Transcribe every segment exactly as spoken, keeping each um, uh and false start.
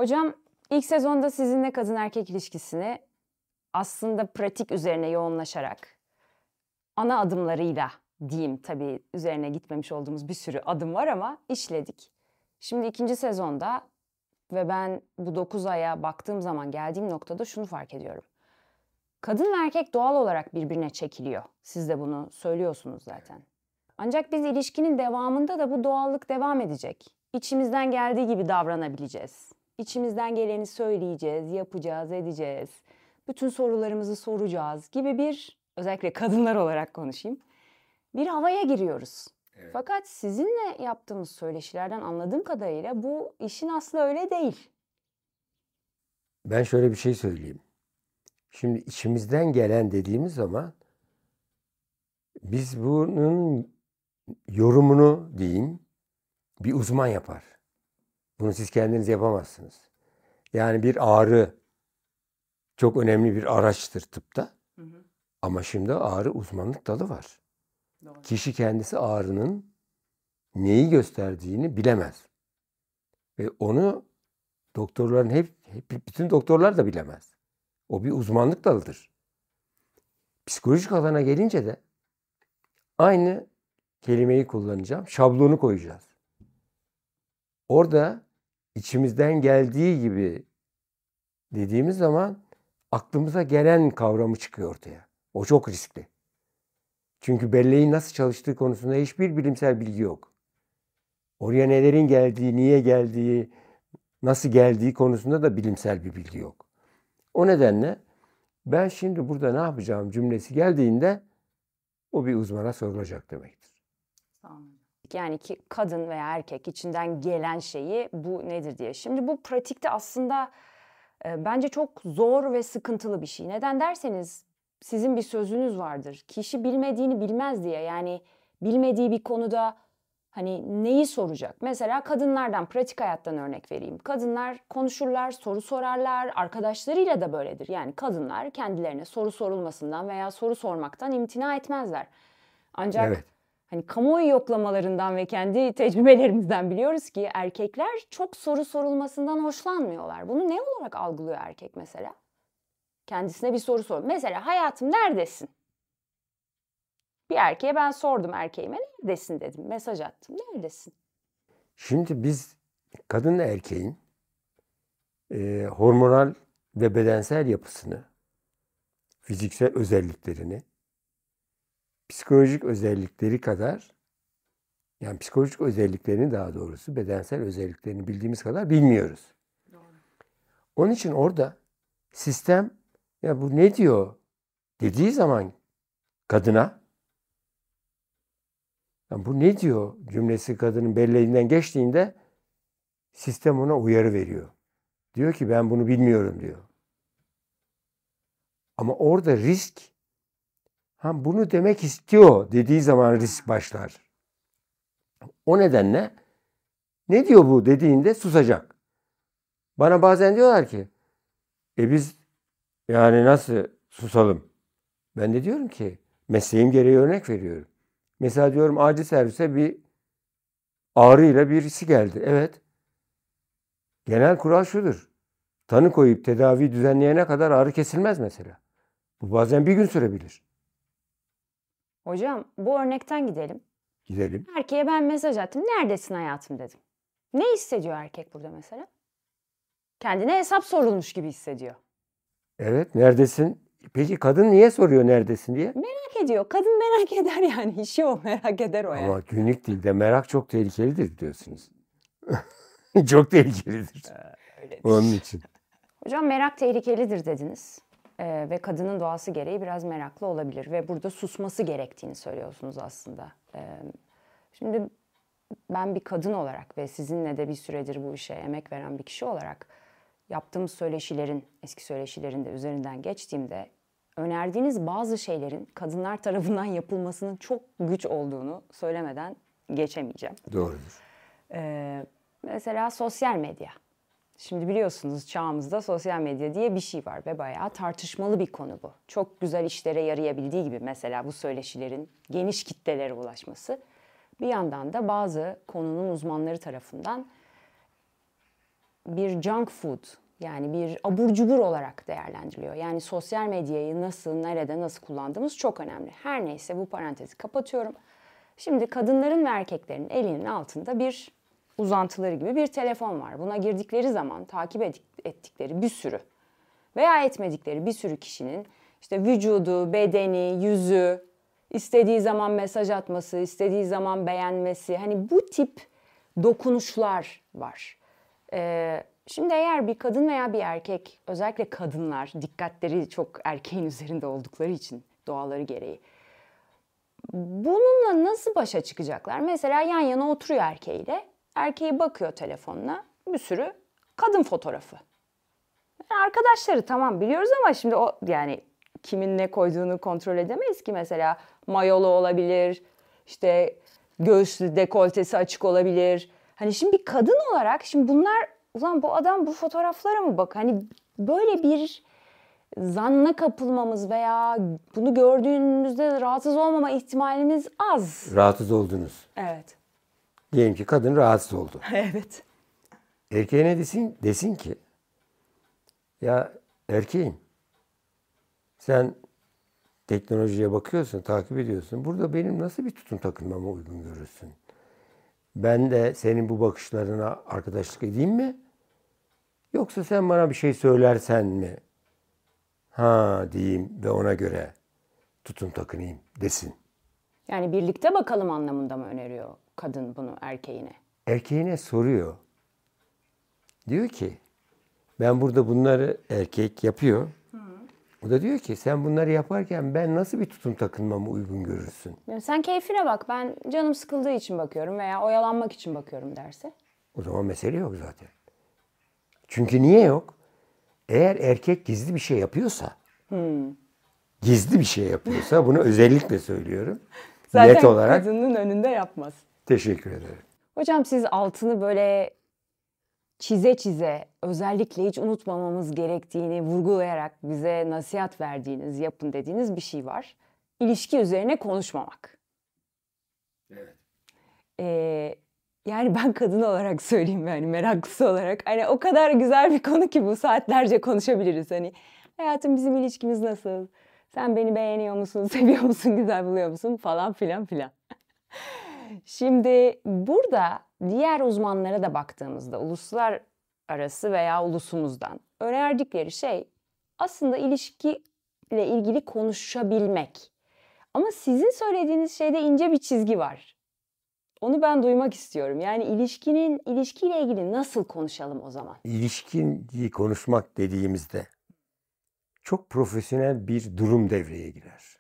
Hocam ilk sezonda sizinle kadın erkek ilişkisini aslında pratik üzerine yoğunlaşarak ana adımlarıyla diyeyim, tabii üzerine gitmemiş olduğumuz bir sürü adım var ama işledik. Şimdi ikinci sezonda ve ben bu dokuz aya baktığım zaman geldiğim noktada şunu fark ediyorum. Kadın ve erkek doğal olarak birbirine çekiliyor. Siz de bunu söylüyorsunuz zaten. Ancak biz ilişkinin devamında da bu doğallık devam edecek. İçimizden geldiği gibi davranabileceğiz. İçimizden geleni söyleyeceğiz, yapacağız, edeceğiz. Bütün sorularımızı soracağız gibi bir, özellikle kadınlar olarak konuşayım, bir havaya giriyoruz. Evet. Fakat sizinle yaptığımız söyleşilerden anladığım kadarıyla bu işin aslı öyle değil. Ben şöyle bir şey söyleyeyim. Şimdi içimizden gelen dediğimiz zaman biz bunun yorumunu diyeyim bir uzman yapar. Bunu siz kendiniz yapamazsınız. Yani bir ağrı çok önemli bir araçtır tıpta. Hı hı. Ama şimdi ağrı uzmanlık dalı var. Doğru. Kişi kendisi ağrının neyi gösterdiğini bilemez. Ve onu doktorların hep, hep bütün doktorlar da bilemez. O bir uzmanlık dalıdır. Psikolojik alana gelince de aynı kelimeyi kullanacağım. Şablonu koyacağız. Orada içimizden geldiği gibi dediğimiz zaman aklımıza gelen kavramı çıkıyor ortaya. O çok riskli. Çünkü belleğin nasıl çalıştığı konusunda hiçbir bilimsel bilgi yok. Oraya nelerin geldiği, niye geldiği, nasıl geldiği konusunda da bilimsel bir bilgi yok. O nedenle ben şimdi burada ne yapacağım cümlesi geldiğinde o bir uzmana sorulacak demektir. Yani ki kadın veya erkek içinden gelen şeyi bu nedir diye. Şimdi bu pratikte aslında e, bence çok zor ve sıkıntılı bir şey. Neden derseniz sizin bir sözünüz vardır. Kişi bilmediğini bilmez diye. Yani bilmediği bir konuda hani neyi soracak? Mesela kadınlardan, pratik hayattan örnek vereyim. Kadınlar konuşurlar, soru sorarlar. Arkadaşlarıyla da böyledir. Yani kadınlar kendilerine soru sorulmasından veya soru sormaktan imtina etmezler. Ancak evet. Hani kamuoyu yoklamalarından ve kendi tecrübelerimizden biliyoruz ki erkekler çok soru sorulmasından hoşlanmıyorlar. Bunu ne olarak algılıyor erkek mesela? Kendisine bir soru sor. Mesela hayatım neredesin? Bir erkeğe ben sordum erkeğime neredesin dedim. Mesaj attım. Neredesin? Şimdi biz kadınla erkeğin e, hormonal ve bedensel yapısını, fiziksel özelliklerini, psikolojik özellikleri kadar, yani psikolojik özelliklerini daha doğrusu bedensel özelliklerini bildiğimiz kadar bilmiyoruz. Doğru. Onun için orada sistem ya bu ne diyor dediği zaman kadına, yani bu ne diyor cümlesi kadının belleğinden geçtiğinde sistem ona uyarı veriyor. Diyor ki ben bunu bilmiyorum diyor. Ama orada risk, ha bunu demek istiyor dediği zaman risk başlar. O nedenle ne diyor bu dediğinde susacak. Bana bazen diyorlar ki e biz yani nasıl susalım? Ben de diyorum ki mesleğim gereği örnek veriyorum. Mesela diyorum acil servise bir ağrıyla birisi geldi. Evet. Genel kural şudur. Tanı koyup tedavi düzenleyene kadar ağrı kesilmez mesela. Bu bazen bir gün sürebilir. Hocam bu örnekten gidelim. Gidelim. Erkeğe ben mesaj attım. Neredesin hayatım dedim. Ne hissediyor erkek burada mesela? Kendine hesap sorulmuş gibi hissediyor. Evet, neredesin? Peki kadın niye soruyor neredesin diye? Merak ediyor. Kadın merak eder yani. İşi o, merak eder o yani. Ama günlük dilde merak çok tehlikelidir diyorsunuz. Çok tehlikelidir. Ee, Onun için. Hocam merak tehlikelidir dediniz. Ee, ve kadının doğası gereği biraz meraklı olabilir. Ve burada susması gerektiğini söylüyorsunuz aslında. Ee, şimdi ben bir kadın olarak ve sizinle de bir süredir bu işe emek veren bir kişi olarak yaptığımız söyleşilerin, eski söyleşilerin de üzerinden geçtiğimde önerdiğiniz bazı şeylerin kadınlar tarafından yapılmasının çok güç olduğunu söylemeden geçemeyeceğim. Doğrudur. Ee, mesela sosyal medya. Şimdi biliyorsunuz çağımızda sosyal medya diye bir şey var ve bayağı tartışmalı bir konu bu. Çok güzel işlere yarayabildiği gibi mesela bu söyleşilerin geniş kitlelere ulaşması. Bir yandan da bazı konunun uzmanları tarafından bir junk food, yani bir abur cubur olarak değerlendiriliyor. Yani sosyal medyayı nasıl, nerede, nasıl kullandığımız çok önemli. Her neyse, bu parantezi kapatıyorum. Şimdi kadınların ve erkeklerin elinin altında bir uzantıları gibi bir telefon var. Buna girdikleri zaman takip ettikleri bir sürü veya etmedikleri bir sürü kişinin işte vücudu, bedeni, yüzü, istediği zaman mesaj atması, istediği zaman beğenmesi, hani bu tip dokunuşlar var. Ee, şimdi eğer bir kadın veya bir erkek, özellikle kadınlar, dikkatleri çok erkeğin üzerinde oldukları için doğaları gereği, bununla nasıl başa çıkacaklar? Mesela yan yana oturuyor erkeğiyle, erkeği bakıyor telefonuna, bir sürü kadın fotoğrafı. Yani arkadaşları tamam biliyoruz ama şimdi o, yani kimin ne koyduğunu kontrol edemeyiz ki. Mesela mayolu olabilir, işte göğüslü, dekoltesi açık olabilir. Hani şimdi bir kadın olarak şimdi bunlar, ulan bu adam bu fotoğraflara mı bak? Hani böyle bir zanna kapılmamız veya bunu gördüğümüzde rahatsız olmama ihtimalimiz az. Rahatsız oldunuz. Evet. Diyelim ki kadın rahatsız oldu. Evet. Erkeğine desin, desin ki ya erkeğim, sen teknolojiye bakıyorsun, takip ediyorsun. Burada benim nasıl bir tutum takınmama uygun görürsün? Ben de senin bu bakışlarına arkadaşlık edeyim mi? Yoksa sen bana bir şey söylersen mi? Ha diyeyim ve ona göre tutum takınayım desin. Yani birlikte bakalım anlamında mı öneriyor kadın bunu erkeğine? Erkeğine soruyor. Diyor ki ben burada bunları, erkek yapıyor. Hı. O da diyor ki sen bunları yaparken ben nasıl bir tutum takınmamı uygun görürsün? Yani sen keyfine bak, ben canım sıkıldığı için bakıyorum veya oyalanmak için bakıyorum derse. O zaman mesele yok zaten. Çünkü niye yok? Eğer erkek gizli bir şey yapıyorsa, hmm. gizli bir şey yapıyorsa, bunu özellikle söylüyorum. Zaten net olarak. kadının önünde yapmaz. Teşekkür ederim. Hocam siz altını böyle çize çize, özellikle hiç unutmamamız gerektiğini vurgulayarak bize nasihat verdiğiniz, yapın dediğiniz bir şey var. İlişki üzerine konuşmamak. Evet. Ee, yani ben kadın olarak söyleyeyim, yani meraklısı olarak. Hani o kadar güzel bir konu ki bu, saatlerce konuşabiliriz. Hani hayatım, bizim ilişkimiz nasıl? Sen beni beğeniyor musun, seviyor musun, güzel buluyor musun falan filan filan. Şimdi burada diğer uzmanlara da baktığımızda, uluslararası veya ulusumuzdan önerdikleri şey aslında ilişkiyle ilgili konuşabilmek. Ama sizin söylediğiniz şeyde ince bir çizgi var. Onu ben duymak istiyorum. Yani ilişkinin, ilişkiyle ilgili nasıl konuşalım o zaman? İlişkiyi konuşmak dediğimizde çok profesyonel bir durum devreye girer.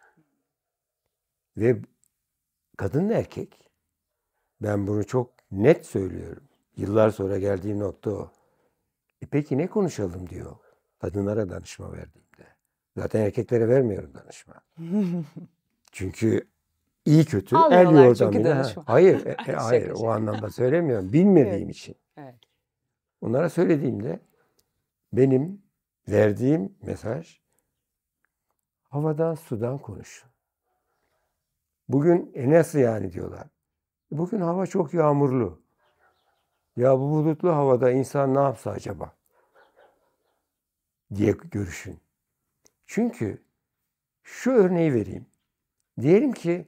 Ve kadın erkek, ben bunu çok net söylüyorum. Yıllar sonra geldiğim nokta o. E peki ne konuşalım diyor kadınlara danışma verdiğimde. Zaten erkeklere vermiyorum danışma. Çünkü iyi kötü el yordamıyla. Hayır, e, hayır o anlamda söylemiyorum. Bilmediğim evet. için. Evet. Onlara söylediğimde benim verdiğim mesaj, havadan sudan konuşun. Bugün e nasıl yani diyorlar. Bugün hava çok yağmurlu. Ya bu bulutlu havada insan ne yapsa acaba diye görüşün. Çünkü şu örneği vereyim. Diyelim ki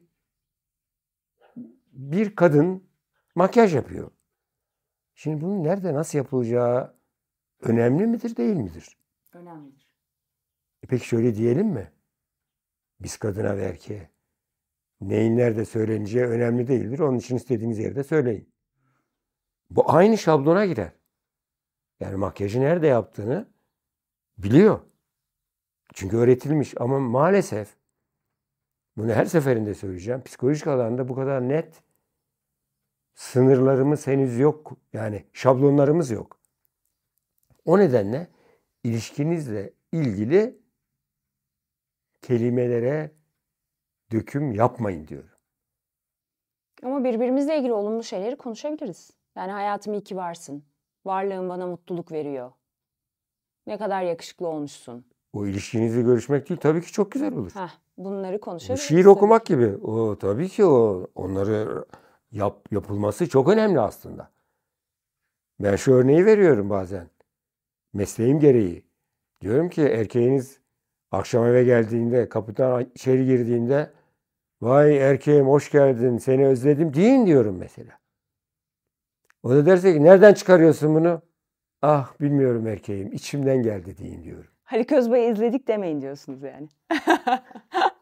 bir kadın makyaj yapıyor. Şimdi bunun nerede nasıl yapılacağı önemli midir, değil midir? Önemlidir. E peki şöyle diyelim mi? Biz kadına ve erkeğe. Neyin nerede söyleneceği önemli değildir. Onun için istediğiniz yerde söyleyin. Bu aynı şablona girer. Yani makyajı nerede yaptığını biliyor. Çünkü öğretilmiş. Ama maalesef, bunu her seferinde söyleyeceğim, psikolojik alanda bu kadar net sınırlarımız henüz yok. Yani şablonlarımız yok. O nedenle ilişkinizle ilgili kelimelere döküm yapmayın diyorum. Ama birbirimizle ilgili olumlu şeyleri konuşabiliriz. Yani hayatım, iyi ki varsın. Varlığın bana mutluluk veriyor. Ne kadar yakışıklı olmuşsun. O ilişkinizle görüşmek değil, tabii ki çok güzel olur. Heh, bunları konuşabiliriz. Şiir okumak gibi. O tabii ki o onları yap, yapılması çok önemli aslında. Ben şu örneği veriyorum bazen. Mesleğim gereği. Diyorum ki erkeğiniz akşam eve geldiğinde, kapıdan içeri girdiğinde vay erkeğim hoş geldin, seni özledim deyin diyorum mesela. O da derse ki nereden çıkarıyorsun bunu? Ah bilmiyorum erkeğim, içimden geldi deyin diyorum. Haluk Özbay'ı izledik demeyin diyorsunuz yani.